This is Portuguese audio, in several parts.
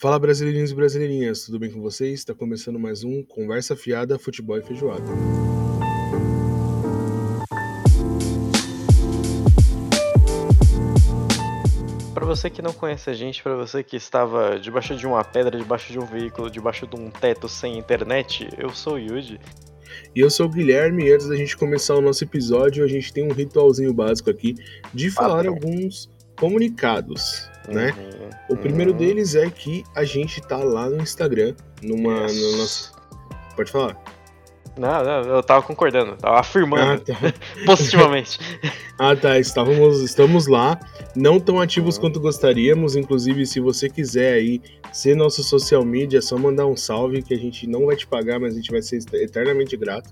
Fala brasileirinhos e brasileirinhas, tudo bem com vocês? Está começando mais um Conversa Fiada, Futebol e Feijoada. Pra você que não conhece a gente, pra você que estava debaixo de uma pedra, debaixo de um veículo, debaixo de um teto sem internet, eu sou o Yuji. E eu sou o Guilherme e antes da gente começar o nosso episódio, a gente tem um ritualzinho básico aqui de falar Padrão. alguns comunicados, né? O primeiro deles é que a gente tá lá no Instagram, no nosso... Pode falar? Não, eu tava concordando, tava afirmando tá. positivamente. Tá, estamos lá, não tão ativos quanto gostaríamos, inclusive se você quiser aí ser nosso social media, é só mandar um salve que a gente não vai te pagar, mas a gente vai ser eternamente grato.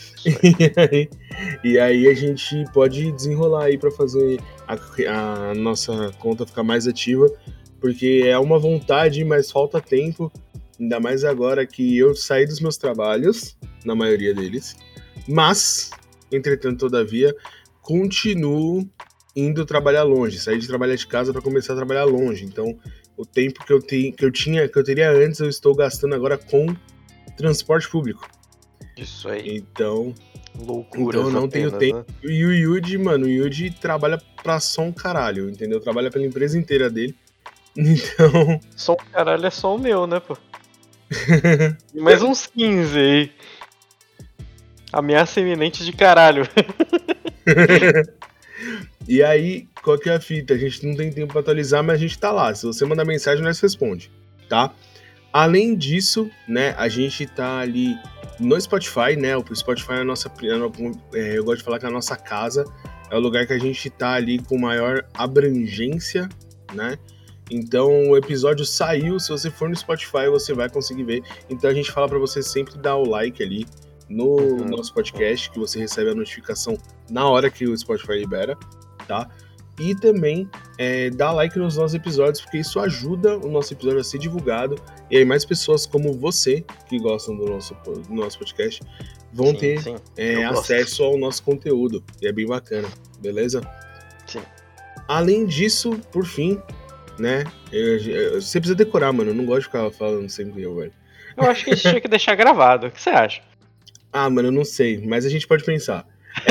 E aí a gente pode desenrolar aí para fazer a nossa conta ficar mais ativa, porque é uma vontade, mas falta tempo, ainda mais agora que eu saí dos meus trabalhos, na maioria deles, mas, entretanto, todavia, continuo indo trabalhar longe, sair de trabalhar de casa para começar a trabalhar longe. Então, o tempo que eu teria antes, eu estou gastando agora com transporte público. Isso aí. Então, loucura. Eu não tenho tempo. Né? E o Yuji trabalha pra só um caralho, entendeu? Trabalha pela empresa inteira dele. Então. Só um caralho é só o meu, né, pô? E mais uns 15 aí. Ameaça iminente de caralho. E aí, qual que é a fita? A gente não tem tempo pra atualizar, mas a gente tá lá. Se você mandar mensagem, nós responde, tá? Além disso, né, a gente tá ali no Spotify, né? O Spotify é a nossa... eu gosto de falar que é a nossa casa. É o lugar que a gente tá ali com maior abrangência, né? Então, o episódio saiu. Se você for no Spotify, você vai conseguir ver. Então, a gente fala pra você sempre dar o like ali no nosso podcast, que você recebe a notificação na hora que o Spotify libera, tá? E também dá like nos nossos episódios, porque isso ajuda o nosso episódio a ser divulgado, e aí mais pessoas como você, que gostam do nosso podcast, vão ter acesso ao nosso conteúdo, e é bem bacana, beleza? Sim. Além disso, por fim, né, você precisa decorar, mano, eu não gosto de ficar falando sempre eu, velho. Eu acho que a gente tinha que deixar gravado, o que você acha? Mano, eu não sei, mas a gente pode pensar.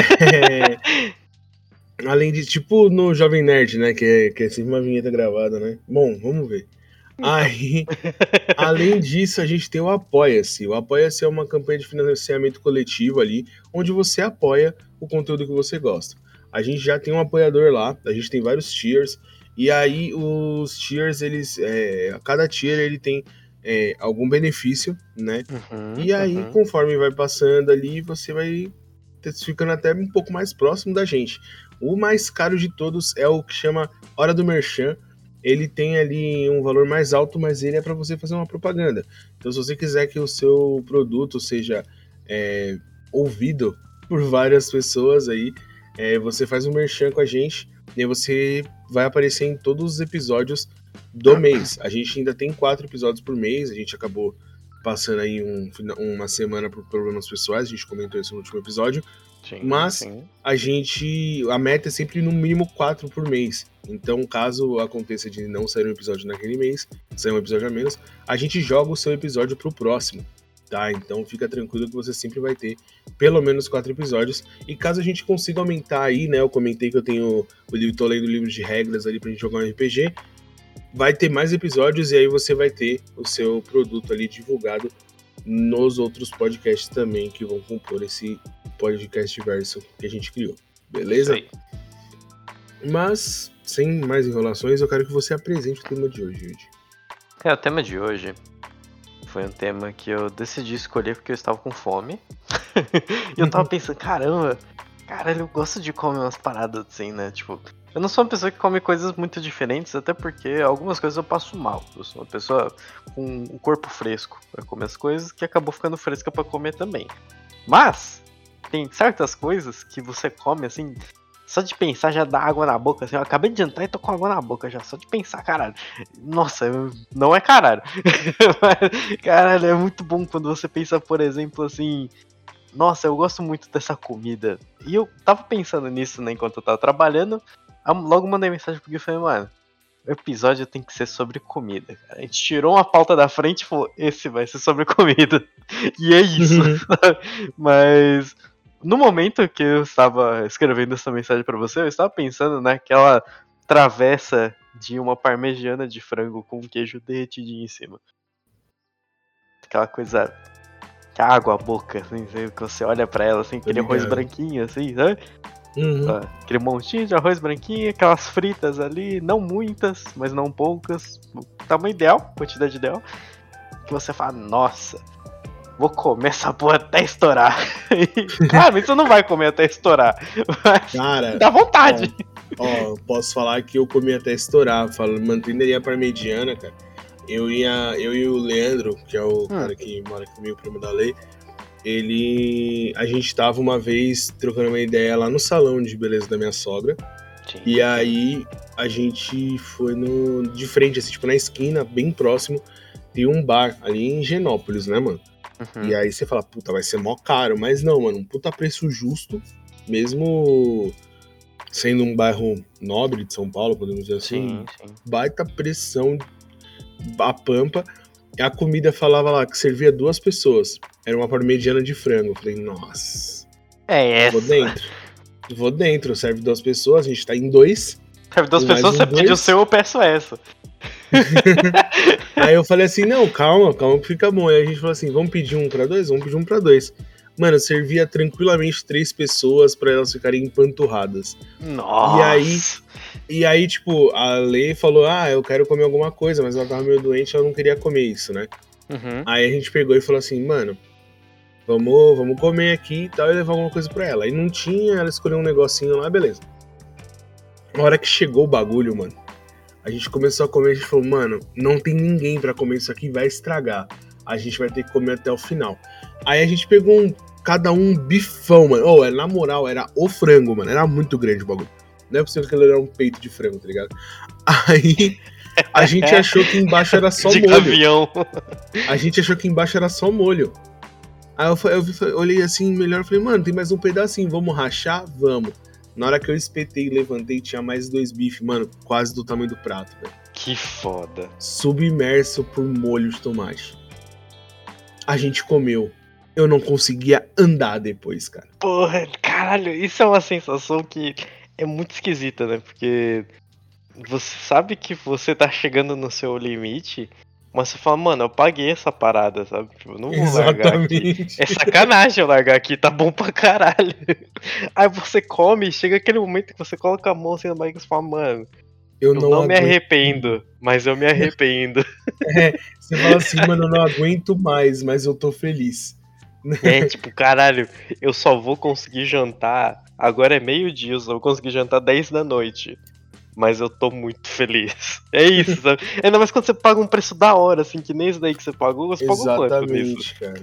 Além de, tipo no Jovem Nerd, né? Que é sempre uma vinheta gravada, né? Bom, vamos ver. Aí, além disso, a gente tem o Apoia-se. O Apoia-se é uma campanha de financiamento coletivo ali, onde você apoia o conteúdo que você gosta. A gente já tem um apoiador lá, a gente tem vários tiers, e aí os tiers, eles... cada tier, ele tem algum benefício, né? E aí, conforme vai passando ali, você vai ficando até um pouco mais próximo da gente. O mais caro de todos é o que chama Hora do Merchan. Ele tem ali um valor mais alto, mas ele é para você fazer uma propaganda. Então, se você quiser que o seu produto seja ouvido por várias pessoas aí, você faz um merchan com a gente e aí você vai aparecer em todos os episódios do mês. A gente ainda tem 4 episódios por mês, a gente acabou passando aí uma semana por problemas pessoais, a gente comentou isso no último episódio, mas a meta é sempre no mínimo 4 por mês, então caso aconteça de não sair um episódio naquele mês, sair um episódio a menos, a gente joga o seu episódio pro próximo, tá? Então fica tranquilo que você sempre vai ter pelo menos 4 episódios, e caso a gente consiga aumentar aí, né, eu comentei que eu tô lendo o livro de regras ali pra gente jogar um RPG, vai ter mais episódios e aí você vai ter o seu produto ali divulgado nos outros podcasts também que vão compor esse podcast verso que a gente criou, beleza? Mas, sem mais enrolações, eu quero que você apresente o tema de hoje, Yudi. O tema de hoje foi um tema que eu decidi escolher porque eu estava com fome. E eu tava pensando, caralho, eu gosto de comer umas paradas assim, né? Tipo, eu não sou uma pessoa que come coisas muito diferentes, até porque algumas coisas eu passo mal. Eu sou uma pessoa com o corpo fresco pra comer as coisas, que acabou ficando fresca pra comer também. Mas, tem certas coisas que você come assim, só de pensar já dá água na boca, assim. Eu acabei de jantar e tô com água na boca já, só de pensar, caralho. Nossa, não é caralho. Caralho, é muito bom quando você pensa, por exemplo, assim... Nossa, eu gosto muito dessa comida. E eu tava pensando nisso, né, enquanto eu tava trabalhando. Logo mandei mensagem pro Gui e falei, mano, o episódio tem que ser sobre comida, cara. A gente tirou uma pauta da frente e falou, esse vai ser sobre comida. E é isso. Mas no momento que eu estava escrevendo essa mensagem pra você, eu estava pensando naquela travessa de uma parmegiana de frango com queijo derretidinho em cima. Aquela coisa que água a boca, assim, que você olha pra ela, assim, aquele arroz branquinho, assim, sabe? Aquele montinho de arroz branquinho, aquelas fritas ali, não muitas, mas não poucas, tamanho ideal, quantidade ideal, que você fala, nossa, vou comer essa porra até estourar. Claro, você não vai comer até estourar, mas cara, dá vontade. Ó, posso falar que eu comi até estourar, manteria a parmegiana, cara. Eu e o Leandro, que é o cara que mora comigo, o primo da Lei, a gente tava uma vez trocando uma ideia lá no salão de beleza da minha sogra. Sim. E aí a gente foi de frente, assim, tipo na esquina, bem próximo, tem um bar ali em Genópolis, né, mano? E aí você fala, puta, vai ser mó caro. Mas não, mano, um puta preço justo, mesmo sendo um bairro nobre de São Paulo, podemos dizer assim. Sim. Baita pressão, a pampa. E a comida falava lá que servia 2 pessoas. Era uma parmegiana de frango. Eu falei, nossa. Vou dentro. Serve 2 pessoas, a gente tá em 2. Serve 2 pessoas, você pede o seu, eu peço essa. Aí eu falei assim, não, calma que fica bom. Aí a gente falou assim, vamos pedir um pra 2? Vamos pedir um pra 2. Mano, servia tranquilamente 3 pessoas pra elas ficarem empanturradas. Nossa! E aí, tipo, a Lei falou, eu quero comer alguma coisa, mas ela tava meio doente, ela não queria comer isso, né? Aí a gente pegou e falou assim, mano, vamos comer aqui e tal, e levar alguma coisa pra ela. Aí não tinha, ela escolheu um negocinho lá, beleza. Na hora que chegou o bagulho, mano, a gente começou a comer, a gente falou, mano, não tem ninguém pra comer isso aqui, vai estragar. A gente vai ter que comer até o final. Aí a gente pegou cada um bifão, mano. Na moral, era o frango, mano. Era muito grande o bagulho. Não é possível que ele era um peito de frango, tá ligado? Aí a gente achou que embaixo era só molho. Avião. A gente achou que embaixo era só molho. Aí eu olhei assim, melhor, eu falei, mano, tem mais um pedacinho, vamos rachar? Vamos. Na hora que eu espetei e levantei, tinha mais 2 bifes, mano, quase do tamanho do prato, velho. Que foda. Submerso por molho de tomate. A gente comeu. Eu não conseguia andar depois, cara. Porra, caralho, isso é uma sensação que é muito esquisita, né? Porque você sabe que você tá chegando no seu limite, mas você fala, mano, eu paguei essa parada, sabe? Tipo, eu não vou largar aqui. É sacanagem eu largar aqui, tá bom pra caralho. Aí você come, chega aquele momento que você coloca a mão assim na barriga e você fala, mano, eu não me arrependo, mas eu me arrependo. Você fala assim, mano, eu não aguento mais, mas eu tô feliz. Tipo, caralho, eu só vou conseguir jantar, agora é meio-dia, eu só vou conseguir jantar 10 da noite. Mas eu tô muito feliz. É isso, sabe? Ainda mais quando você paga um preço da hora, assim, que nem esse daí que você pagou. Você pagou quanto nisso? Cara.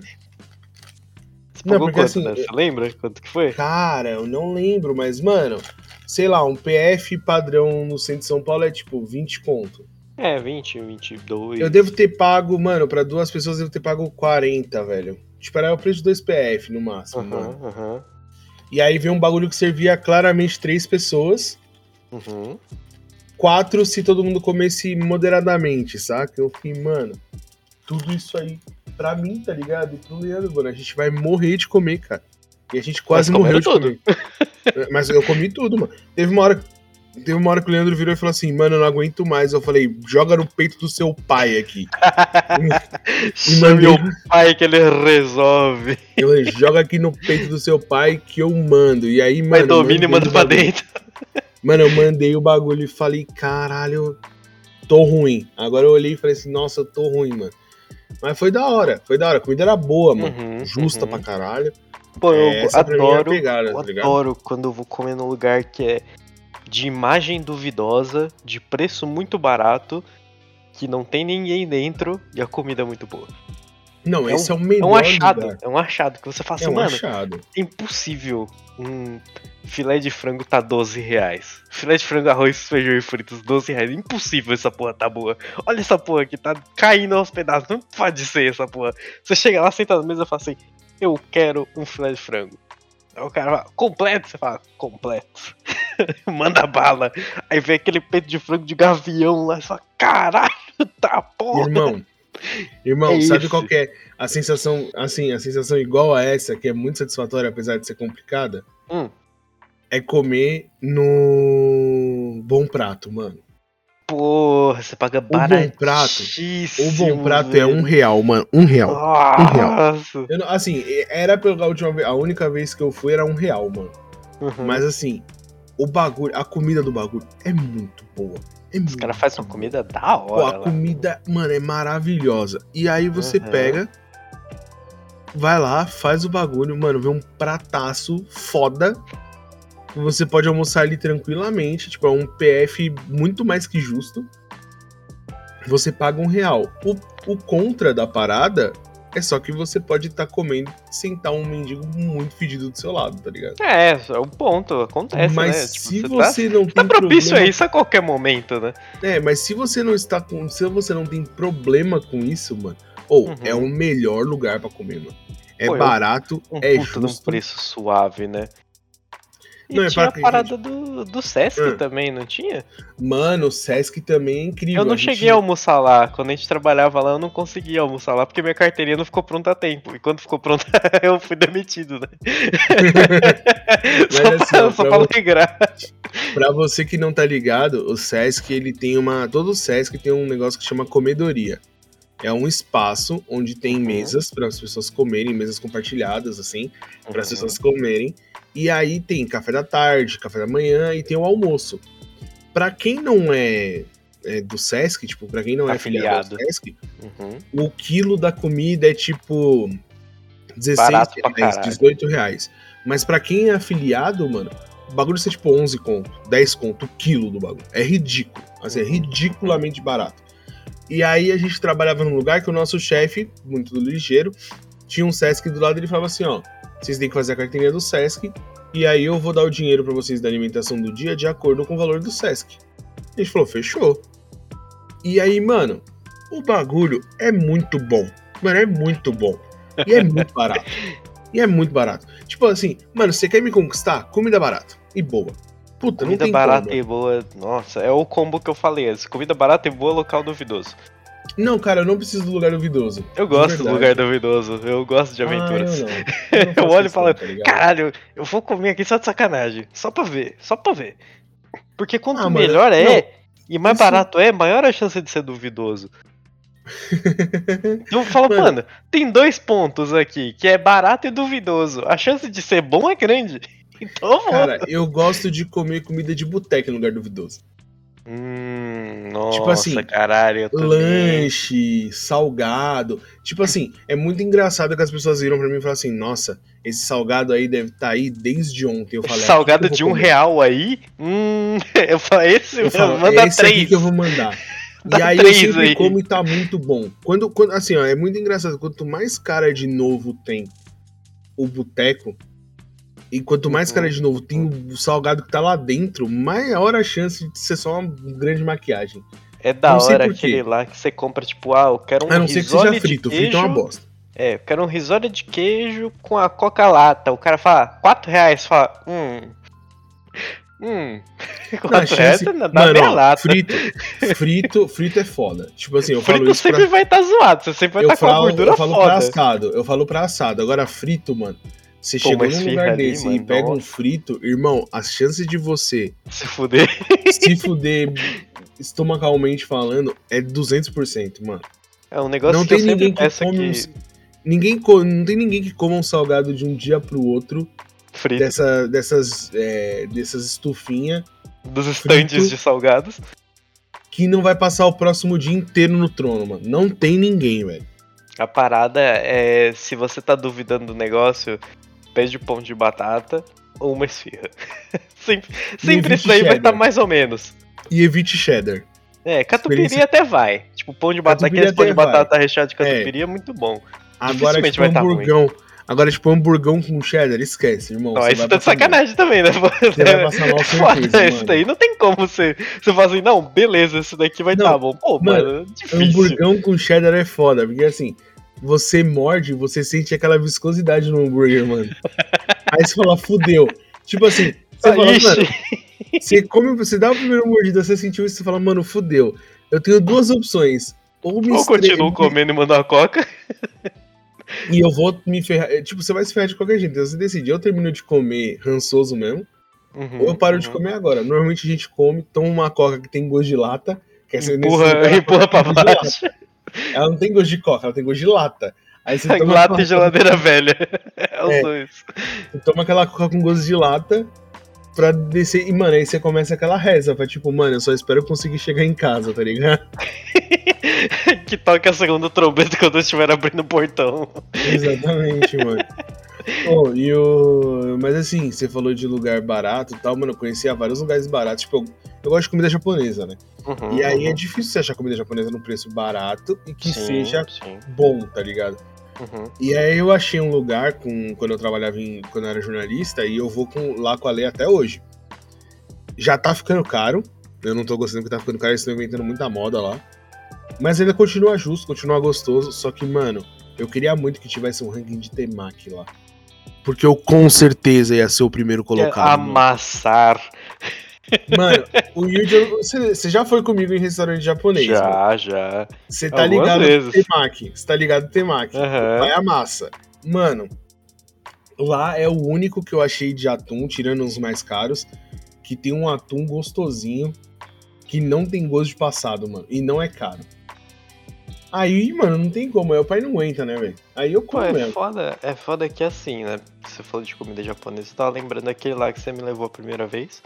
Você pagou quanto, assim, né? Você lembra quanto que foi? Cara, eu não lembro, mas, mano, sei lá, um PF padrão no centro de São Paulo é tipo 20 conto. 20, 22. Eu devo ter pago, mano, pra 2 pessoas eu devo ter pago 40, velho. Tipo, era o preço de 2 PF no máximo, mano. E aí veio um bagulho que servia claramente 3 pessoas. 4 se todo mundo comesse moderadamente, saca? Eu fiquei, mano, tudo isso aí pra mim, tá ligado? E pro Leandro, mano, a gente vai morrer de comer, cara. E a gente quase morreu de comer. Mas eu comi tudo, mano. Teve uma hora que o Leandro virou e falou assim, mano, eu não aguento mais. Eu falei, joga no peito do seu pai aqui. Chame o pai que ele resolve. Eu joga aqui no peito do seu pai que eu mando. E aí, mano... Mas domina e manda pra dentro. Mano, eu mandei o bagulho e falei, caralho, tô ruim. Agora eu olhei e falei assim, nossa, eu tô ruim, mano. Mas foi da hora. A comida era boa, mano. Justa pra caralho. Pô, eu adoro quando eu vou comer num lugar que é de imagem duvidosa, de preço muito barato, que não tem ninguém dentro e a comida é muito boa. Não, esse é o melhor lugar. É um achado que você fala assim, mano, é impossível um filé de frango tá R$12. Filé de frango, arroz, feijão e fritos, R$12. Impossível essa porra tá boa. Olha essa porra aqui, tá caindo aos pedaços. Não pode ser essa porra. Você chega lá, senta na mesa e fala assim, eu quero um filé de frango. Aí o cara fala, completo? Você fala, completo. Manda bala. Aí vem aquele peito de frango de gavião lá, só caralho, tá porra. Irmão, É sabe esse. qual que é a sensação, assim, a sensação igual a essa, que é muito satisfatória, apesar de ser complicada? É comer no Bom Prato, mano. Porra, você paga O Bom Prato, baratíssimo, é R$1, mano. R$1. Nossa. Eu não- assim, era pela última vez, a única vez que eu fui era R$1, mano. Uhum. Mas assim, o bagulho, a comida do bagulho é muito boa. Os caras fazem uma comida da hora. Pô, a comida, mano, é maravilhosa. E aí você pega, vai lá, faz o bagulho, mano, vê um prataço foda. Você pode almoçar ali tranquilamente, tipo, é um PF muito mais que justo. Você paga R$1. O contra da parada é só que você pode estar comendo sem estar um mendigo muito fedido do seu lado, tá ligado? É o ponto, acontece, Mas né? se você não tem tá propício problema... a isso a qualquer momento, né? mas se você não está com... Se você não tem problema com isso, mano, é o melhor lugar pra comer, mano. É barato, é justo. Um preço suave, né? E não, tinha a parada do Sesc também, não tinha? Mano, o Sesc também é incrível. Eu não cheguei a almoçar lá. Quando a gente trabalhava lá, eu não conseguia almoçar lá, porque minha carteirinha não ficou pronta a tempo. E quando ficou pronta, eu fui demitido, né? Só pra alegrar. Pra você que não tá ligado, o Sesc, ele tem todo o Sesc tem um negócio que chama comedoria. É um espaço onde tem mesas para as pessoas comerem, mesas compartilhadas, assim, para as pessoas comerem. E aí tem café da tarde, café da manhã e tem o almoço. Pra quem não é do Sesc, tipo, pra quem não é afiliado ao Sesc, o quilo da comida é tipo R$16, R$18. Mas pra quem é afiliado, mano, o bagulho é tipo 11 conto, 10 conto o quilo do bagulho. É ridículo, assim, é ridiculamente barato. E aí a gente trabalhava num lugar que o nosso chefe, muito ligeiro, tinha um Sesc do lado e ele falava assim, ó, vocês têm que fazer a carteirinha do Sesc, e aí eu vou dar o dinheiro pra vocês da alimentação do dia de acordo com o valor do Sesc. A gente falou, fechou. E aí, mano, o bagulho é muito bom. Mano, é muito bom. E é muito barato. Tipo assim, mano, você quer me conquistar? Comida barata e boa. Puta, comida não tem barata como. E boa, nossa, é o combo que eu falei. Comida barata e boa, local duvidoso. Não, cara, eu não preciso do lugar duvidoso. Eu gosto do lugar duvidoso, eu gosto de aventuras. Eu não. Eu olho e falo, caralho, eu vou comer aqui só de sacanagem. Só pra ver. Porque quanto melhor e mais barato maior a chance de ser duvidoso. Eu falo, mano, tem 2 pontos aqui, que é barato e duvidoso. A chance de ser bom é grande. Então, cara, eu gosto de comer comida de boteca em lugar duvidoso. Nossa, tipo assim, caralho, lanche, salgado. Tipo assim, é muito engraçado que as pessoas viram pra mim e falam assim, nossa, esse salgado aí deve estar aí desde ontem. Eu falei, salgado de R$1 aí? Eu falei, manda esse 3. Aqui que eu vou mandar. E aí eu sempre como e tá muito bom. Quando assim, ó, é muito engraçado. Quanto mais cara de novo tem o boteco, e quanto mais cara de novo tem o salgado que tá lá dentro, maior a chance de ser só uma grande maquiagem. É da hora aquele lá que você compra, tipo, eu quero um risole de queijo. A não ser que seja frito, frito é uma bosta. Eu quero um risole de queijo com a coca-lata. O cara fala, R$4, fala, R$4 mano, frito é foda. Tipo assim, eu falo isso sempre vai estar zoado, você sempre vai estar com a gordura foda. Eu falo pra assado. Agora frito, mano, você chegou num lugar desse e pega um frito, irmão, as chances de você se fuder estomacalmente falando é 200%, mano. É um negócio não que tem ninguém que come não tem ninguém que coma um salgado de um dia pro outro frito. Dessas estufinhas dos estandes de salgados que não vai passar o próximo dia inteiro no trono, mano. Não tem ninguém, velho. A parada é, se você tá duvidando do negócio, pede pão de batata ou uma esfirra. sempre isso aí vai estar mais ou menos. E evite cheddar. Catupiry até vai. Tipo, pão de batata, aquele pão de batata recheado de catupiry é muito bom. Agora, tipo, hamburgão. Agora, tipo, hamburgão com cheddar, esquece, irmão. Não, aí você tá de sacanagem também, né? Você vai passar mal certeza, isso daí não tem como você falar assim, não, beleza, esse daqui vai tá bom. Pô, mano, difícil. Hamburgão com cheddar é foda, porque assim, você morde, você sente aquela viscosidade no hambúrguer, mano. Aí você fala, fudeu. Tipo assim, você fala, mano, Você come, você dá a primeira mordida, você sentiu isso e fala, mano, fudeu. Eu tenho duas opções. Ou me Ou continuo estre... comendo e mando uma coca. E eu vou me ferrar. Tipo, você vai se ferrar de qualquer jeito. Então você decide, eu termino de comer rançoso mesmo, ou eu paro de comer agora. Normalmente a gente come, toma uma coca que tem gosto de lata, que é Empurra pra baixo. Ela não tem gosto de coca, ela tem gosto de lata. Aí você toma Lata e geladeira velha. É os dois. Você toma aquela coca com gosto de lata pra descer. E, mano, aí você começa aquela reza, pra tipo, mano, eu só espero eu conseguir chegar em casa, tá ligado? Que toque a segunda trombeta quando eu estiver abrindo o portão. Exatamente, mano. Mas assim, você falou de lugar barato e tal, mano, eu conhecia vários lugares baratos. Tipo, eu gosto de comida japonesa, né? E aí é difícil você achar comida japonesa num preço barato e que seja bom, tá ligado? E aí eu achei um lugar quando eu trabalhava quando eu era jornalista, e eu vou lá com a Lei até hoje. Já tá ficando caro, eu não tô gostando porque tá ficando caro, eles estão inventando muita moda lá. Mas ainda continua justo, continua gostoso, só que, mano, eu queria muito que tivesse um ranking de temaki lá. Porque eu com certeza ia ser o primeiro colocado. Amassar. Mano, o Yuji, você já foi comigo em restaurante japonês? Já. Você tá ligado no temaki. Você tá ligado no temaki. Vai a massa. Mano, lá é o único que eu achei de atum, tirando os mais caros, que tem um atum gostosinho, que não tem gosto de passado, mano. E não é caro. Aí, mano, não tem como. Aí o pai não aguenta, né, velho? Aí eu como mesmo. É foda que assim, né? Você falou de comida japonesa, eu tava lembrando aquele lá que você me levou a primeira vez.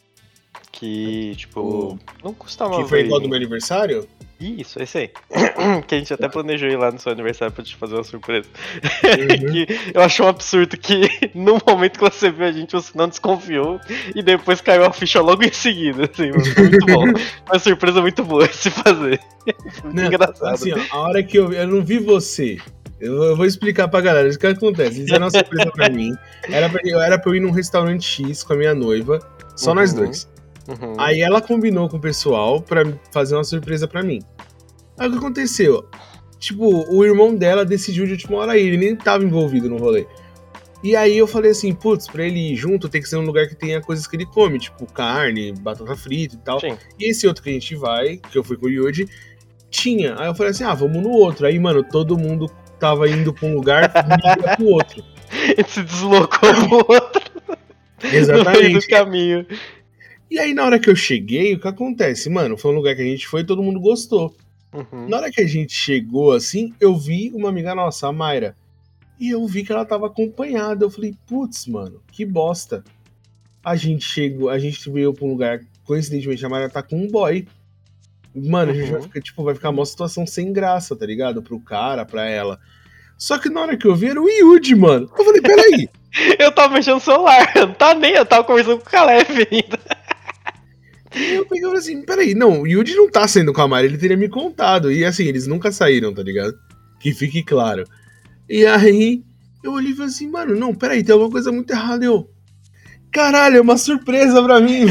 Que, tipo, não custava. Que foi igual do meu aniversário? Isso, esse aí. Que a gente até planejou ir lá no seu aniversário pra te fazer uma surpresa. Que eu achei um absurdo que no momento que você viu a gente, você não desconfiou e depois caiu a ficha logo em seguida. Assim, foi muito bom. Uma surpresa muito boa de se fazer. Muito engraçado. Assim, ó, a hora que eu não vi você. Eu vou explicar pra galera o que acontece. Isso é uma surpresa pra mim. Era pra eu ir num restaurante X com a minha noiva, só nós dois. Aí ela combinou com o pessoal pra fazer uma surpresa pra mim. Aí o que aconteceu? Tipo, o irmão dela decidiu de última hora ir, ele nem tava envolvido no rolê. E aí eu falei assim, putz, pra ele ir junto tem que ser um lugar que tenha coisas que ele come, tipo carne, batata frita e tal. Sim. E esse outro que a gente vai, que eu fui com o Yuji, tinha. Aí eu falei assim, vamos no outro. Aí, mano, todo mundo tava indo pra um lugar e ia pro outro. Ele se deslocou pro outro. Exatamente. No meio do caminho. E aí, na hora que eu cheguei, o que acontece? Mano, foi um lugar que a gente foi e todo mundo gostou. Na hora que a gente chegou, assim, eu vi uma amiga nossa, a Mayra. E eu vi que ela tava acompanhada. Eu falei, putz, mano, que bosta. A gente veio pra um lugar, coincidentemente, a Mayra tá com um boy. Mano, a gente vai ficar uma situação sem graça, tá ligado? Pro cara, pra ela. Só que na hora que eu vi, era o Yuji, mano. Eu falei, peraí. Eu tava mexendo no celular, não tá nem, eu tava conversando com o Caleb ainda. E eu peguei e falei assim, peraí, não, o Yuji não tá saindo com a Mari, ele teria me contado. E assim, eles nunca saíram, tá ligado? Que fique claro. E aí, eu olhei e falei assim, mano, não, peraí, tem alguma coisa muito errada. Caralho, é uma surpresa pra mim.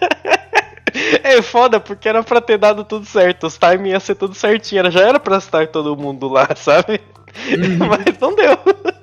É foda, porque era pra ter dado tudo certo, os timing ia ser tudo certinho, já era pra estar todo mundo lá, sabe? Mas não deu.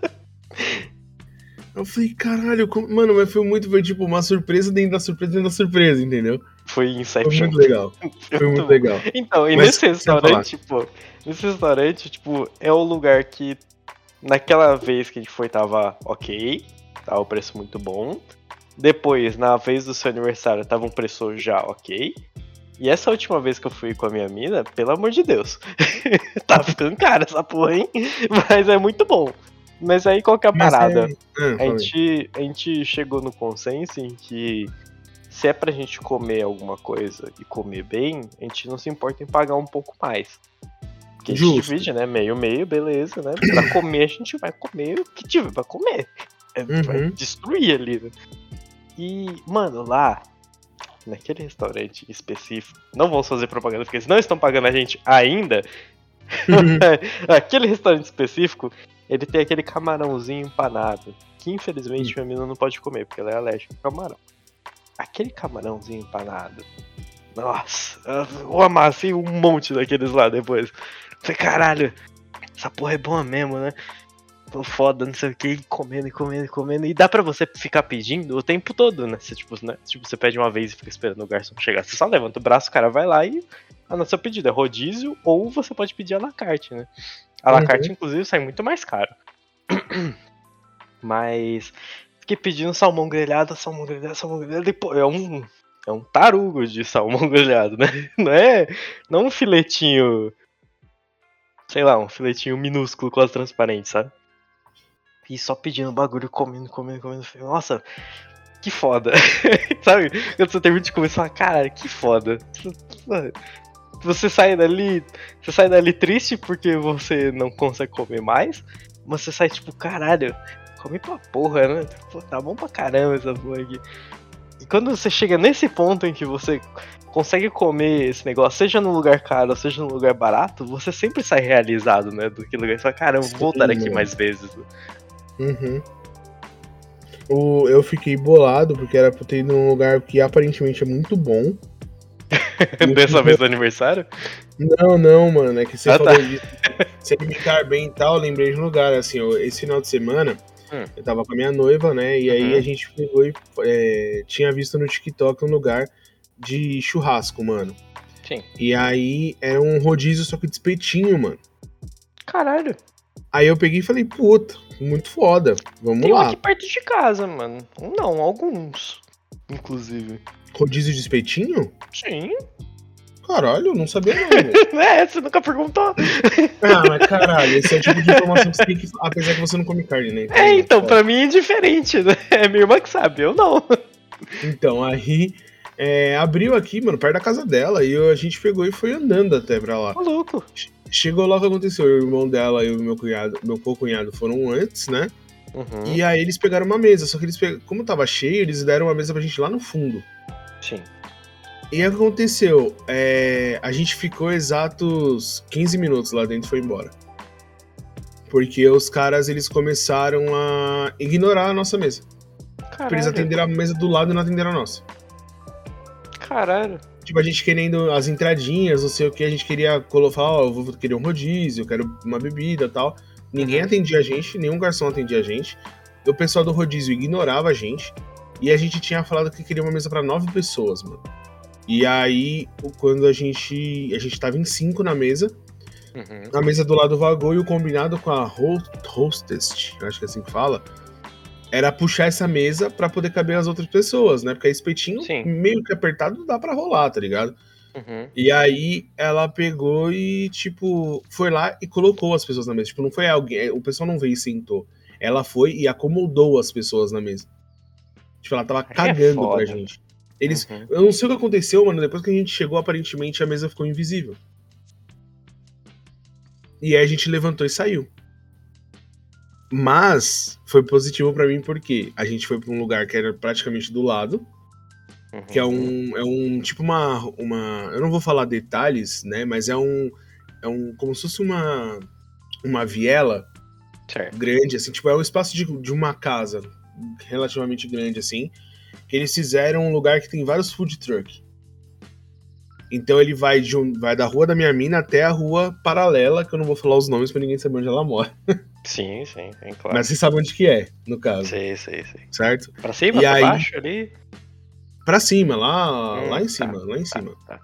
Eu falei, caralho, mano, mas foi tipo uma surpresa dentro da surpresa dentro da surpresa, entendeu? Foi Inception. Foi muito legal. Foi muito legal. Então, e nesse restaurante, tipo, é o lugar que naquela vez que a gente foi tava ok, tava o preço muito bom. Depois, na vez do seu aniversário, tava um preço já ok. E essa última vez que eu fui com a minha mina, pelo amor de Deus, tá ficando caro essa porra, hein? Mas é muito bom. Mas aí qual que é a parada? A gente chegou no consenso em que se é pra gente comer alguma coisa e comer bem, a gente não se importa em pagar um pouco mais. Porque a gente divide, né? Meio, beleza, né? Pra comer, a gente vai comer o que tiver pra comer. Vai destruir ali, né? E, mano, lá, naquele restaurante específico, não vamos fazer propaganda porque eles não estão pagando a gente ainda. Aquele restaurante específico, ele tem aquele camarãozinho empanado, que infelizmente minha menina não pode comer, porque ela é alérgica ao camarão. Aquele camarãozinho empanado, nossa, eu amassei um monte daqueles lá depois. Falei, caralho, essa porra é boa mesmo, né? foda, não sei o que, e comendo, e comendo, e comendo. E dá pra você ficar pedindo o tempo todo, né? Você, tipo, né? Tipo, você pede uma vez e fica esperando o garçom chegar. Você só levanta o braço, o cara vai lá e anota seu pedido. É rodízio, ou você pode pedir à la carte, né? À la carte, inclusive, sai muito mais caro. Mas fiquei pedindo salmão grelhado, e pô, é um tarugo de salmão grelhado, né? Não um filetinho, sei lá, um filetinho minúsculo, quase transparente, sabe? E só pedindo bagulho, comendo. Falei, nossa, que foda. Sabe? Quando você termina de comer, você fala, cara, que foda. Você sai dali triste porque você não consegue comer mais, mas você sai tipo, caralho, come pra porra, né? Pô, tá bom pra caramba essa porra aqui. E quando você chega nesse ponto em que você consegue comer esse negócio, seja num lugar caro, seja num lugar barato, você sempre sai realizado, né? Do que lugar. Você fala, caramba, vou voltar aqui mais vezes. Eu fiquei bolado porque era pra ter ido num lugar que aparentemente é muito bom. Dessa vez do aniversário? Não, mano. É que você falou disso. Se alimentar bem e tal, eu lembrei de um lugar. Assim, esse final de semana, eu tava com a minha noiva, né? E aí a gente pegou e tinha visto no TikTok um lugar de churrasco, mano. Sim. E aí era um rodízio, só que de espetinho, mano. Caralho. Aí eu peguei e falei, puta, muito foda. Vamos Tem lá. um aqui perto de casa, mano. Não, alguns. Inclusive. Rodízio de espetinho? Sim. Caralho, eu não sabia não. Você nunca perguntou. Mas caralho, esse é o tipo de informação que você tem que... Apesar que você não come carne, né? Então, pra mim é diferente, né? É minha irmã que sabe, eu não. Então, aí... abriu aqui, mano, perto da casa dela, e a gente pegou e foi andando até pra lá. Louco. Chegou lá, o que aconteceu? O irmão dela e o meu co-cunhado foram antes, né? E aí eles pegaram uma mesa, só que como tava cheio, eles deram uma mesa pra gente lá no fundo. Sim. E aí o que aconteceu? A gente ficou exatos 15 minutos lá dentro e foi embora. Porque os caras, eles começaram a ignorar a nossa mesa. Tipo, eles atenderam a mesa do lado e não atenderam a nossa. Caralho. Tipo, a gente querendo as entradinhas, não sei o que, a gente queria falar, eu vou querer um rodízio, eu quero uma bebida e tal. Ninguém atendia a gente, nenhum garçom atendia a gente. O pessoal do rodízio ignorava a gente. E a gente tinha falado que queria uma mesa pra 9 pessoas, mano. E aí, quando a gente tava em 5 na mesa, a mesa do lado vagou e o combinado com a hostess, acho que é assim que fala, era puxar essa mesa pra poder caber as outras pessoas, né? Porque espetinho meio que apertado dá pra rolar, tá ligado? E aí ela pegou e, tipo, foi lá e colocou as pessoas na mesa. Tipo, não foi alguém, o pessoal não veio e sentou. Ela foi e acomodou as pessoas na mesa. Tipo, ela tava cagando pra gente. Eu não sei o que aconteceu, mano. Depois que a gente chegou, aparentemente a mesa ficou invisível. E aí a gente levantou e saiu. Mas foi positivo pra mim porque a gente foi pra um lugar que era praticamente do lado. Que é um tipo uma. Eu não vou falar detalhes, né? Mas é um como se fosse uma viela grande, assim. Tipo, é um espaço de uma casa relativamente grande, assim. Que eles fizeram um lugar que tem vários food truck. Então ele vai da rua da minha mina até a rua paralela, que eu não vou falar os nomes pra ninguém saber onde ela mora. Sim, claro. Mas vocês sabem onde que é, no caso. Sei. Certo? Pra cima, pra baixo ali? Pra cima, lá em cima, Tá.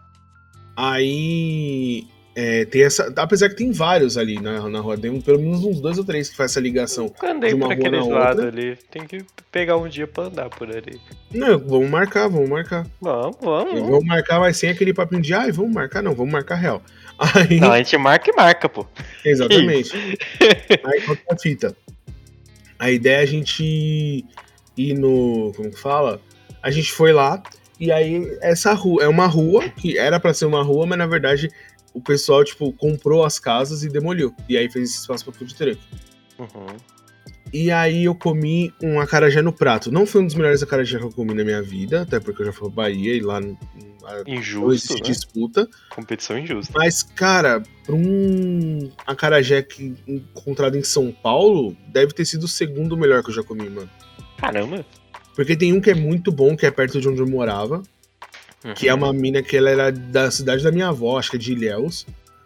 Aí tem essa. Apesar que tem vários ali na rua, tem pelo menos uns 2 ou 3 que faz essa ligação. Eu andei por aqueles lados ali. Tem que pegar um dia pra andar por ali. Não, vamos marcar. Vamos. Vamos marcar, mas sem aquele papinho de vamos marcar, não, vamos marcar real. Aí... Não, a gente marca e marca, pô. Exatamente. Aí qual que é a fita? A ideia é a gente ir no. Como que fala? A gente foi lá, e aí essa rua é uma rua, que era pra ser uma rua, mas na verdade o pessoal, tipo, comprou as casas e demoliu. E aí fez esse espaço pra food truck. E aí eu comi um acarajé no prato. Não foi um dos melhores acarajé que eu comi na minha vida, até porque eu já fui pra Bahia e lá injusto, existe, né? Disputa. Competição injusta. Mas, cara, pra um acarajé encontrado em São Paulo, deve ter sido o segundo melhor que eu já comi, mano. Caramba! Porque tem um que é muito bom, que é perto de onde eu morava, que é uma mina que ela era da cidade da minha avó, acho que é de Ilhéus.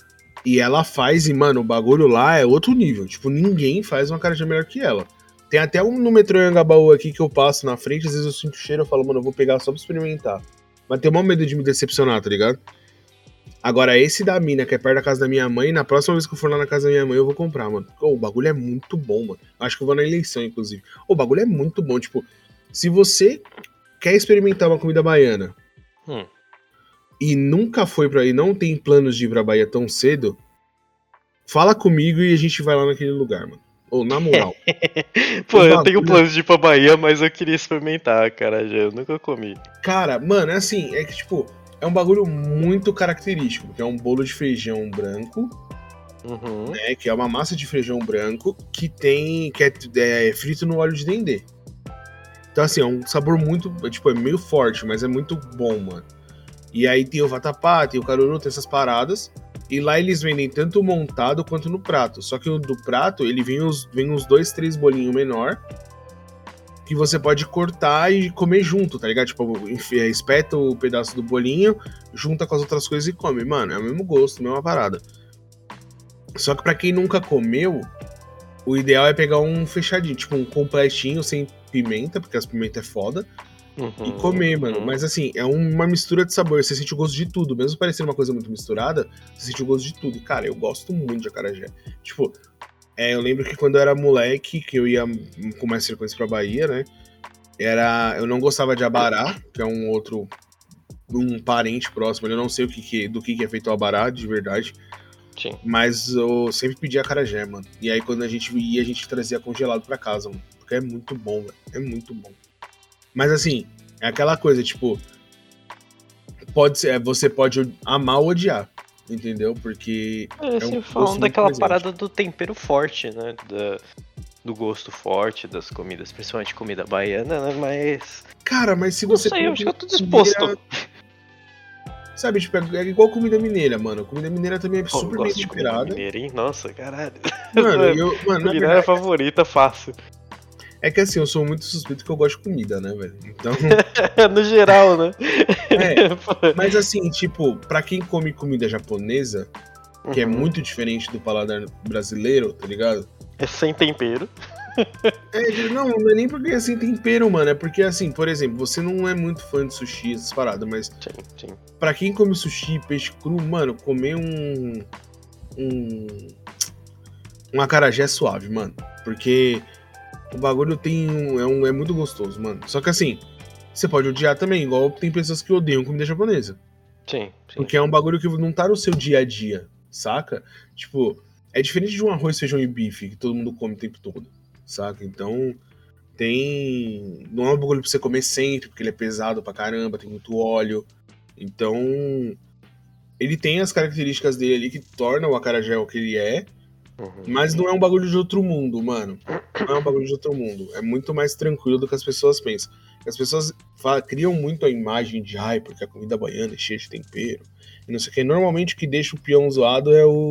E ela faz, e, mano, o bagulho lá é outro nível. Tipo, ninguém faz uma acarajé melhor que ela. Tem até um no metrô Anhangabaú aqui que eu passo na frente, às vezes eu sinto o cheiro, eu falo, mano, eu vou pegar só pra experimentar. Mas tenho maior medo de me decepcionar, tá ligado? Agora, esse da mina, que é perto da casa da minha mãe, na próxima vez que eu for lá na casa da minha mãe, eu vou comprar, mano. O bagulho é muito bom, mano. Acho que eu vou na eleição, inclusive. O bagulho é muito bom. Tipo, se você quer experimentar uma comida baiana e nunca foi pra aí, não tem planos de ir pra Bahia tão cedo, fala comigo e a gente vai lá naquele lugar, mano. Ou, na moral. Pô, eu tenho planos de ir pra Bahia, mas eu queria experimentar, cara, já. Eu nunca comi. Cara, mano, é assim, é que, tipo, é um bagulho muito característico, que é um bolo de feijão branco, né, que é uma massa de feijão branco que é frito no óleo de dendê. Então, assim, é um sabor muito, tipo, é meio forte, mas é muito bom, mano. E aí tem o vatapá, tem o caruru, tem essas paradas. E lá eles vendem tanto montado quanto no prato. Só que o do prato, ele vem uns 2, 3 bolinhos menor, que você pode cortar e comer junto, tá ligado? Tipo, espeta o pedaço do bolinho, junta com as outras coisas e come. Mano, é o mesmo gosto, a mesma parada. Só que pra quem nunca comeu, o ideal é pegar um fechadinho, tipo um completinho, sem pimenta, porque as pimentas é foda, e comer, mano. Mas assim, é uma mistura de sabor, você sente o gosto de tudo. Mesmo parecendo uma coisa muito misturada, você sente o gosto de tudo. E, cara, eu gosto muito de acarajé. Tipo, eu lembro que quando eu era moleque, que eu ia com mais frequência pra Bahia, né? Eu não gostava de abará, que é um parente próximo. Eu não sei do que é feito o abará, de verdade. Sim. Mas eu sempre pedia acarajé, mano. E aí quando a gente ia, a gente trazia congelado pra casa, mano. Porque é muito bom, velho. É muito bom. Mas assim, é aquela coisa, tipo... você pode amar ou odiar. Entendeu? Porque... Você falando daquela parada do tempero forte, né? Do gosto forte das comidas, principalmente comida baiana, né? Mas... Cara, mas se você... Não sei, eu acho que eu tô disposto. Sabe, tipo, é igual comida mineira, mano. Comida mineira também é super bem temperada. Comida mineira, hein? Nossa, caralho. Mano, mineira é favorita, fácil. É que assim, eu sou muito suspeito que eu gosto de comida, né, velho? Então... no geral, né? Mas assim, tipo, pra quem come comida japonesa, que é muito diferente do paladar brasileiro, tá ligado? É sem tempero. Não é nem porque é sem tempero, mano. É porque, assim, por exemplo, você não é muito fã de sushi, essas paradas, mas... Sim. Pra quem come sushi, peixe cru, mano, comer um acarajé é suave, mano. Porque o bagulho é muito gostoso, mano. Só que assim, você pode odiar também, igual tem pessoas que odeiam comida japonesa. Sim. Porque é um bagulho que não tá no seu dia a dia, saca? Tipo, é diferente de um arroz, feijão e bife, que todo mundo come o tempo todo, saca? Então, não é um bagulho pra você comer sempre, porque ele é pesado pra caramba, tem muito óleo. Então, ele tem as características dele ali que tornam o acarajé o que ele é, mas não é um bagulho de outro mundo, mano. Não é um bagulho de outro mundo. É muito mais tranquilo do que as pessoas pensam. As pessoas criam muito a imagem de, porque a comida baiana é cheia de tempero. E não sei o que. Normalmente o que deixa o peão zoado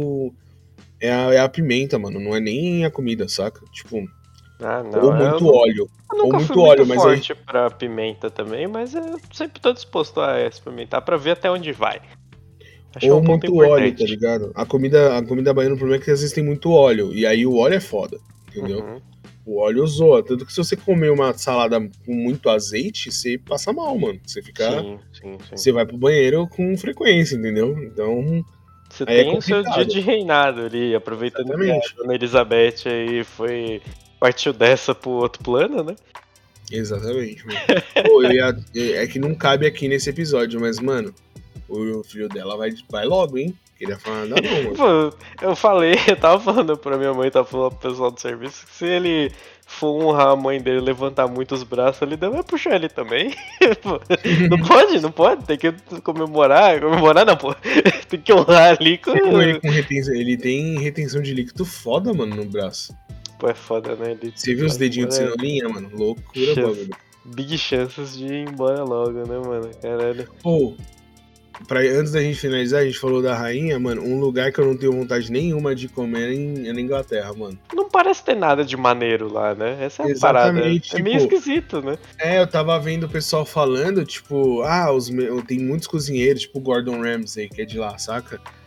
é a pimenta, mano. Não é nem a comida, saca? Tipo, ou muito óleo. Eu nunca fui muito forte pra pimenta também, mas eu sempre tô disposto a experimentar pra ver até onde vai. Acho ou muito óleo, tá ligado? A comida baiana, o problema é que às vezes tem muito óleo. E aí o óleo é foda, entendeu? O óleo zoa. Tanto que se você comer uma salada com muito azeite, você passa mal, mano. Você fica... Sim. Você vai pro banheiro com frequência, entendeu? Então... Você tem o seu dia de reinado ali, aproveitando que a Dona Elizabeth aí partiu dessa pro outro plano, né? Exatamente, mano. Pô, é que não cabe aqui nesse episódio, mas, mano, o filho dela vai logo, hein? Queria falar nada não, mano. Pô, eu tava falando pra minha mãe, tava falando pro pessoal do serviço, que se ele for honrar a mãe dele, levantar muito os braços ali, vai puxar ele também. Pô, não pode, tem que comemorar não, pô. Tem que honrar ali com... Ele tem retenção de líquido foda, mano, no braço. Pô, é foda, né? Você viu os dedinhos de cenourinha, mano? Loucura, bagulho. Big chances de ir embora logo, né, mano? Caralho. Pô, antes da gente finalizar, a gente falou da rainha, mano, um lugar que eu não tenho vontade nenhuma de comer é na Inglaterra, mano. Não parece ter nada de maneiro lá, né? Essa é a parada. É meio esquisito, né? Eu tava vendo o pessoal falando, tipo, tem muitos cozinheiros, tipo o Gordon Ramsay, que é de lá, saca?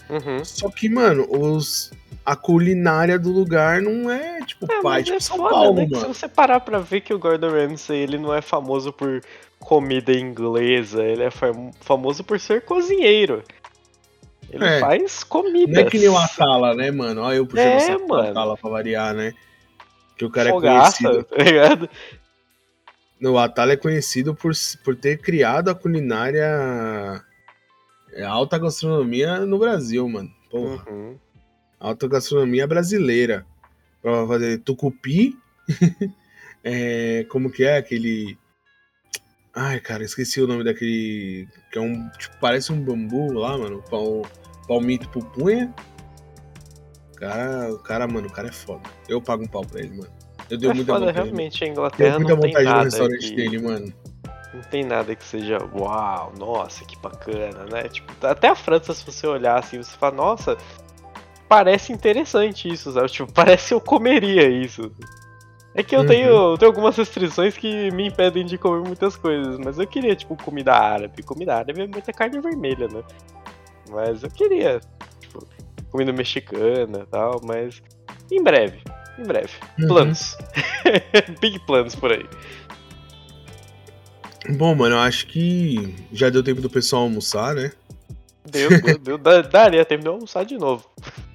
Uhum. Só que, mano, a culinária do lugar não é, tipo, pai, Mas tipo é São foda, Paulo, né? Que se mano. você parar pra ver que o Gordon Ramsay, ele não é famoso por comida inglesa, ele é famoso por ser cozinheiro. Ele É, faz não é que nem o comidas. Atala, né, mano? Olha eu puxando o É, saco do mano. Atala pra variar, né? Que o cara é Fogaça, conhecido. tá ligado? O Atala é conhecido por ter criado a culinária, a alta gastronomia no Brasil, mano. Porra. Uhum. Alta gastronomia brasileira. Pra fazer tucupi. Como que é aquele. Ai, cara, esqueci o nome daquele. Que é um. Tipo, parece um bambu lá, mano. Palmito pupunha. Mano, o cara é foda. Eu pago um pau pra ele, mano. Eu dei É muita foda, vontade. realmente, a Tenho Inglaterra não muita tem vontade no nada restaurante que. dele, mano. Não tem nada que seja uau, nossa, que bacana, né? Tipo, até a França, se você olhar assim, você fala, nossa, parece interessante isso, sabe? Tipo, parece que eu comeria isso. É que eu tenho algumas restrições que me impedem de comer muitas coisas, mas eu queria, tipo, comida árabe. Comida árabe é muita carne vermelha, né? Mas eu queria, tipo, comida mexicana e tal, mas em breve, em breve. Planos. Big planos por aí. Bom, mano, eu acho que já deu tempo do pessoal almoçar, né? Daria tempo de eu almoçar de novo.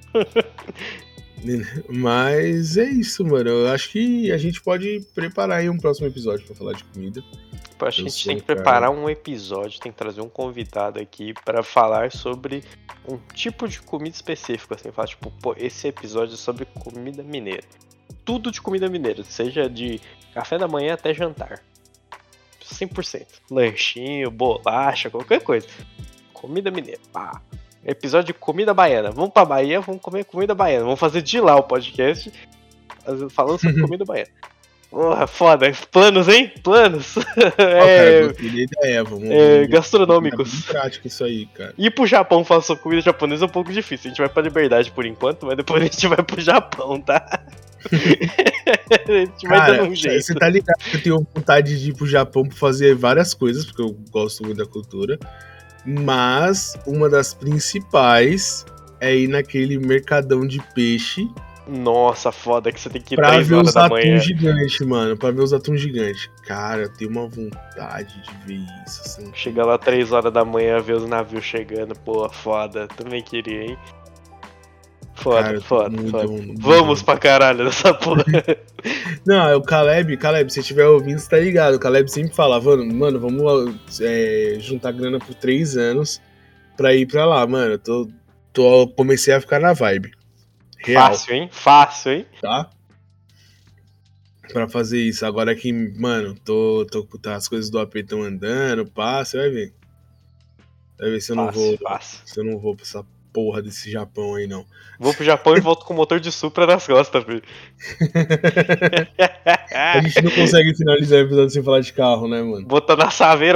Mas é isso, mano. Eu acho que a gente pode preparar aí um próximo episódio pra falar de comida. Eu acho que Eu a gente sou tem um que cara. preparar um episódio, tem que trazer um convidado aqui para falar sobre um tipo de comida específico, assim, falar tipo, pô, esse episódio é sobre comida mineira. Tudo de comida mineira, seja de café da manhã até jantar. 100%. Lanchinho, bolacha, qualquer coisa. Comida mineira. Pá. Episódio de comida baiana. Vamos pra Bahia, vamos comer comida baiana. Vamos fazer de lá o podcast falando sobre comida baiana. Porra, foda. Planos, hein? Planos. Ó, cara, gostei da ideia. Vamos botar bem em Gastronômicos. prática isso aí, cara. Ir pro Japão falar sobre comida japonesa é um pouco difícil. A gente vai pra Liberdade por enquanto, mas depois a gente vai pro Japão, tá? A gente vai dando Cara, um você jeito. tá ligado que eu tenho vontade de ir pro Japão pra fazer várias coisas, porque eu gosto muito da cultura. Mas uma das principais é ir naquele mercadão de peixe Nossa, foda que você tem que ir pra 3 ver horas os da atuns manhã. gigantes, mano. Pra ver os atuns gigantes. Cara, eu tenho uma vontade de ver isso. Assim. Chega lá 3 horas da manhã, ver os navios chegando, pô, foda. Também queria, hein? Foda, Cara, eu tô foda, muito, foda. muito Vamos pra caralho nessa porra. Não, é o Caleb, se estiver ouvindo, você tá ligado. O Caleb sempre fala, mano, vamos juntar grana por 3 anos pra ir pra lá, mano. Comecei a ficar na vibe. Real, Fácil, hein? Fácil, hein? tá? Pra fazer isso. Agora que, mano, tá, as coisas do AP estão andando, pá, você vai ver. Vai ver se eu não vou. Fácil, fácil. Se eu não vou pra essa porra desse Japão aí, não. Vou pro Japão e volto com o motor de Supra nas costas, filho. A gente não consegue finalizar o episódio sem falar de carro, né, mano? Botando na saveira.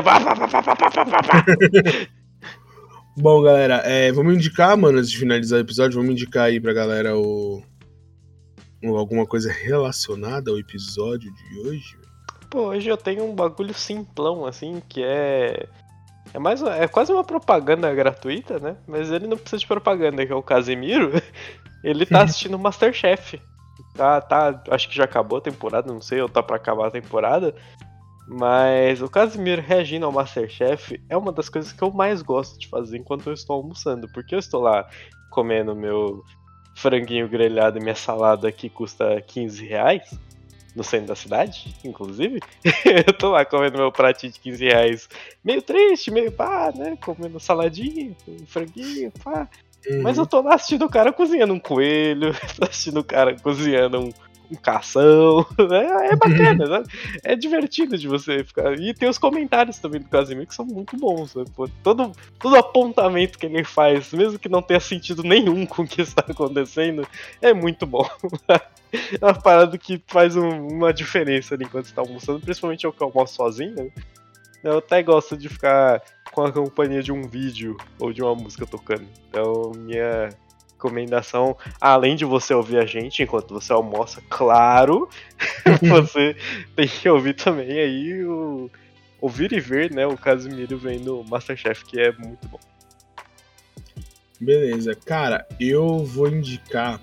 Bom, galera, vamos indicar, mano, antes de finalizar o episódio, vamos indicar aí pra galera alguma coisa relacionada ao episódio de hoje. Pô, hoje eu tenho um bagulho simplão, assim, que é quase uma propaganda gratuita, né? Mas ele não precisa de propaganda, que é o Casemiro. Ele tá assistindo Masterchef. Acho que já acabou a temporada, não sei, ou tá pra acabar a temporada. Mas o Casemiro reagindo ao Masterchef é uma das coisas que eu mais gosto de fazer enquanto eu estou almoçando. Porque eu estou lá comendo meu franguinho grelhado e minha salada que custa R$15. No centro da cidade, inclusive. Eu tô lá comendo meu pratinho de R$15, meio triste, meio pá, né? Comendo saladinha, franguinho, pá. Mas eu tô lá assistindo o cara cozinhando um coelho, tô assistindo o cara cozinhando um cação. É bacana, né? É divertido de você ficar. E tem os comentários também do Casimiro que são muito bons. Né? Pô, todo apontamento que ele faz, mesmo que não tenha sentido nenhum com o que está acontecendo, é muito bom. É uma parada que faz uma diferença ali enquanto você tá almoçando, principalmente eu que almoço sozinho. Né? Eu até gosto de ficar com a companhia de um vídeo ou de uma música tocando. Então, minha recomendação, além de você ouvir a gente enquanto você almoça, claro, você tem que ouvir também aí ouvir e ver, né, o Casimiro vendo o Masterchef, que é muito bom. Beleza. Cara, eu vou indicar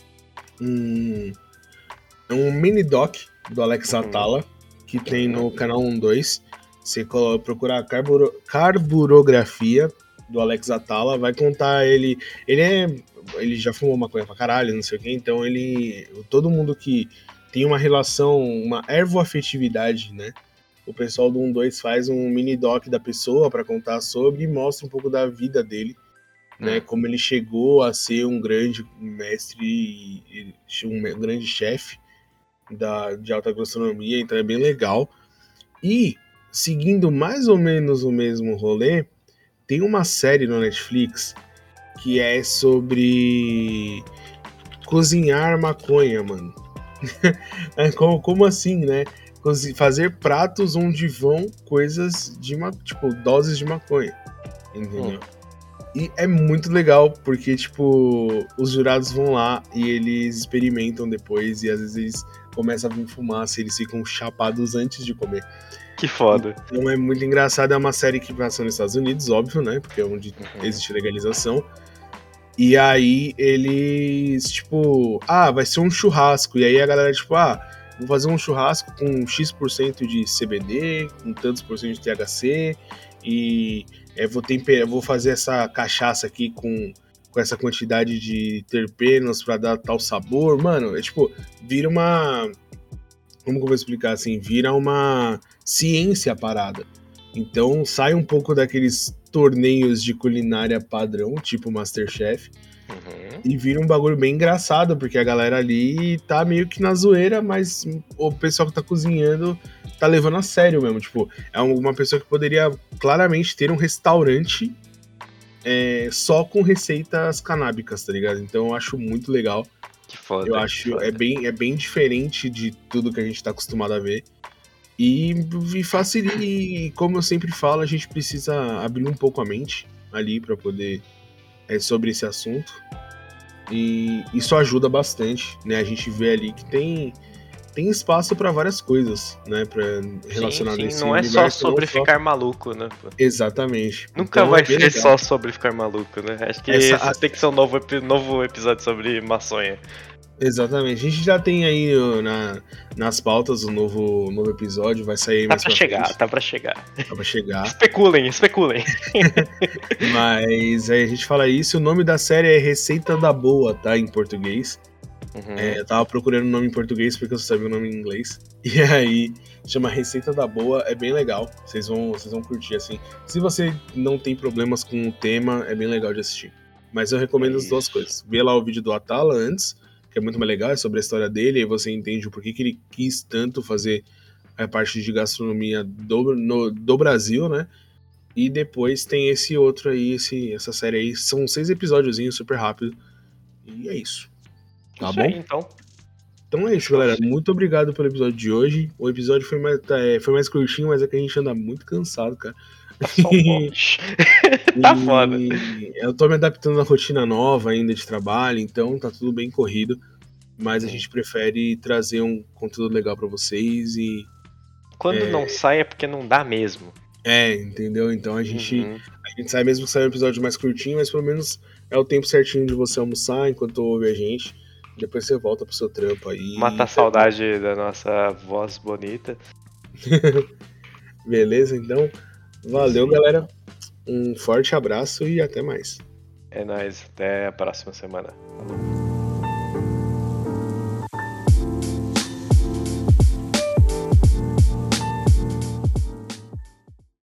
um, um mini doc do Alex Atala, que tem no canal 12. Você procurar Carburografia do Alex Atala, vai contar ele. Ele já fumou maconha pra caralho, não sei o que, então ele. Todo mundo que tem uma relação, uma ervoafetividade, né? O pessoal do 12 faz um mini doc da pessoa pra contar sobre e mostra um pouco da vida dele, né? Como ele chegou a ser um grande mestre, um grande chefe de alta gastronomia, então é bem legal. E, seguindo mais ou menos o mesmo rolê, tem uma série no Netflix que é sobre cozinhar maconha, mano. Como assim, né? Fazer pratos onde vão coisas de tipo, doses de maconha, entendeu? E é muito legal, porque, tipo, os jurados vão lá e eles experimentam depois, e às vezes eles começam a vir fumaça e eles ficam chapados antes de comer. Que foda. Então é muito engraçado, é uma série que passa nos Estados Unidos, óbvio, né? Porque é onde existe legalização. E aí eles, tipo, vai ser um churrasco. E aí a galera, tipo, vou fazer um churrasco com X% de CBD, com tantos por cento de THC, e vou fazer essa cachaça aqui com essa quantidade de terpenos pra dar tal sabor. Mano, tipo, vira uma... Como que eu vou explicar assim? Vira uma ciência a parada. Então sai um pouco daqueles torneios de culinária padrão, tipo Masterchef, e vira um bagulho bem engraçado, porque a galera ali tá meio que na zoeira, mas o pessoal que tá cozinhando tá levando a sério mesmo. Tipo, é uma pessoa que poderia claramente ter um restaurante só com receitas canábicas, tá ligado? Então eu acho muito legal. Que foda. Eu acho é bem diferente de tudo que a gente tá acostumado a ver. E facilita, e como eu sempre falo, a gente precisa abrir um pouco a mente ali para poder sobre esse assunto. E isso ajuda bastante, né? A gente vê ali que tem espaço para várias coisas, né? Relacionado a esse não é só sobre ficar maluco, né? Exatamente. Nunca então, vai ser só sobre ficar maluco, né? Acho que esse tem que ser um novo episódio sobre maçonha. Exatamente. A gente já tem aí nas pautas o novo episódio, vai sair mais pra frente. Tá pra chegar. Tá pra chegar. Especulem. Mas aí a gente fala isso, o nome da série é Receita da Boa, tá? Em português. Eu tava procurando o nome em português porque eu só sabia o nome em inglês. E aí, chama Receita da Boa, é bem legal. Vocês vão curtir, assim. Se você não tem problemas com o tema, é bem legal de assistir. Mas eu recomendo as duas coisas. Vê lá o vídeo do Atala antes, que é muito mais legal, é sobre a história dele, aí você entende o porquê que ele quis tanto fazer a parte de gastronomia do Brasil, né? E depois tem esse outro aí, essa série aí. São 6 episódiozinhos, super rápido. E é isso. Tá isso bom? Aí, então. Então é isso, galera. Muito obrigado pelo episódio de hoje. O episódio foi mais curtinho, mas é que a gente anda muito cansado, cara. Tá só tá foda. Eu tô me adaptando à rotina nova ainda de trabalho, então tá tudo bem corrido. Mas a gente prefere trazer um conteúdo legal pra vocês e... Quando não sai é porque não dá mesmo. Entendeu? Então a gente sai mesmo que saia um episódio mais curtinho, mas pelo menos é o tempo certinho de você almoçar enquanto ouve a gente. Depois você volta pro seu trampo aí. Matar a saudade da nossa voz bonita. Beleza? Então, valeu, galera. Um forte abraço e até mais. É nóis. Até a próxima semana. Falou.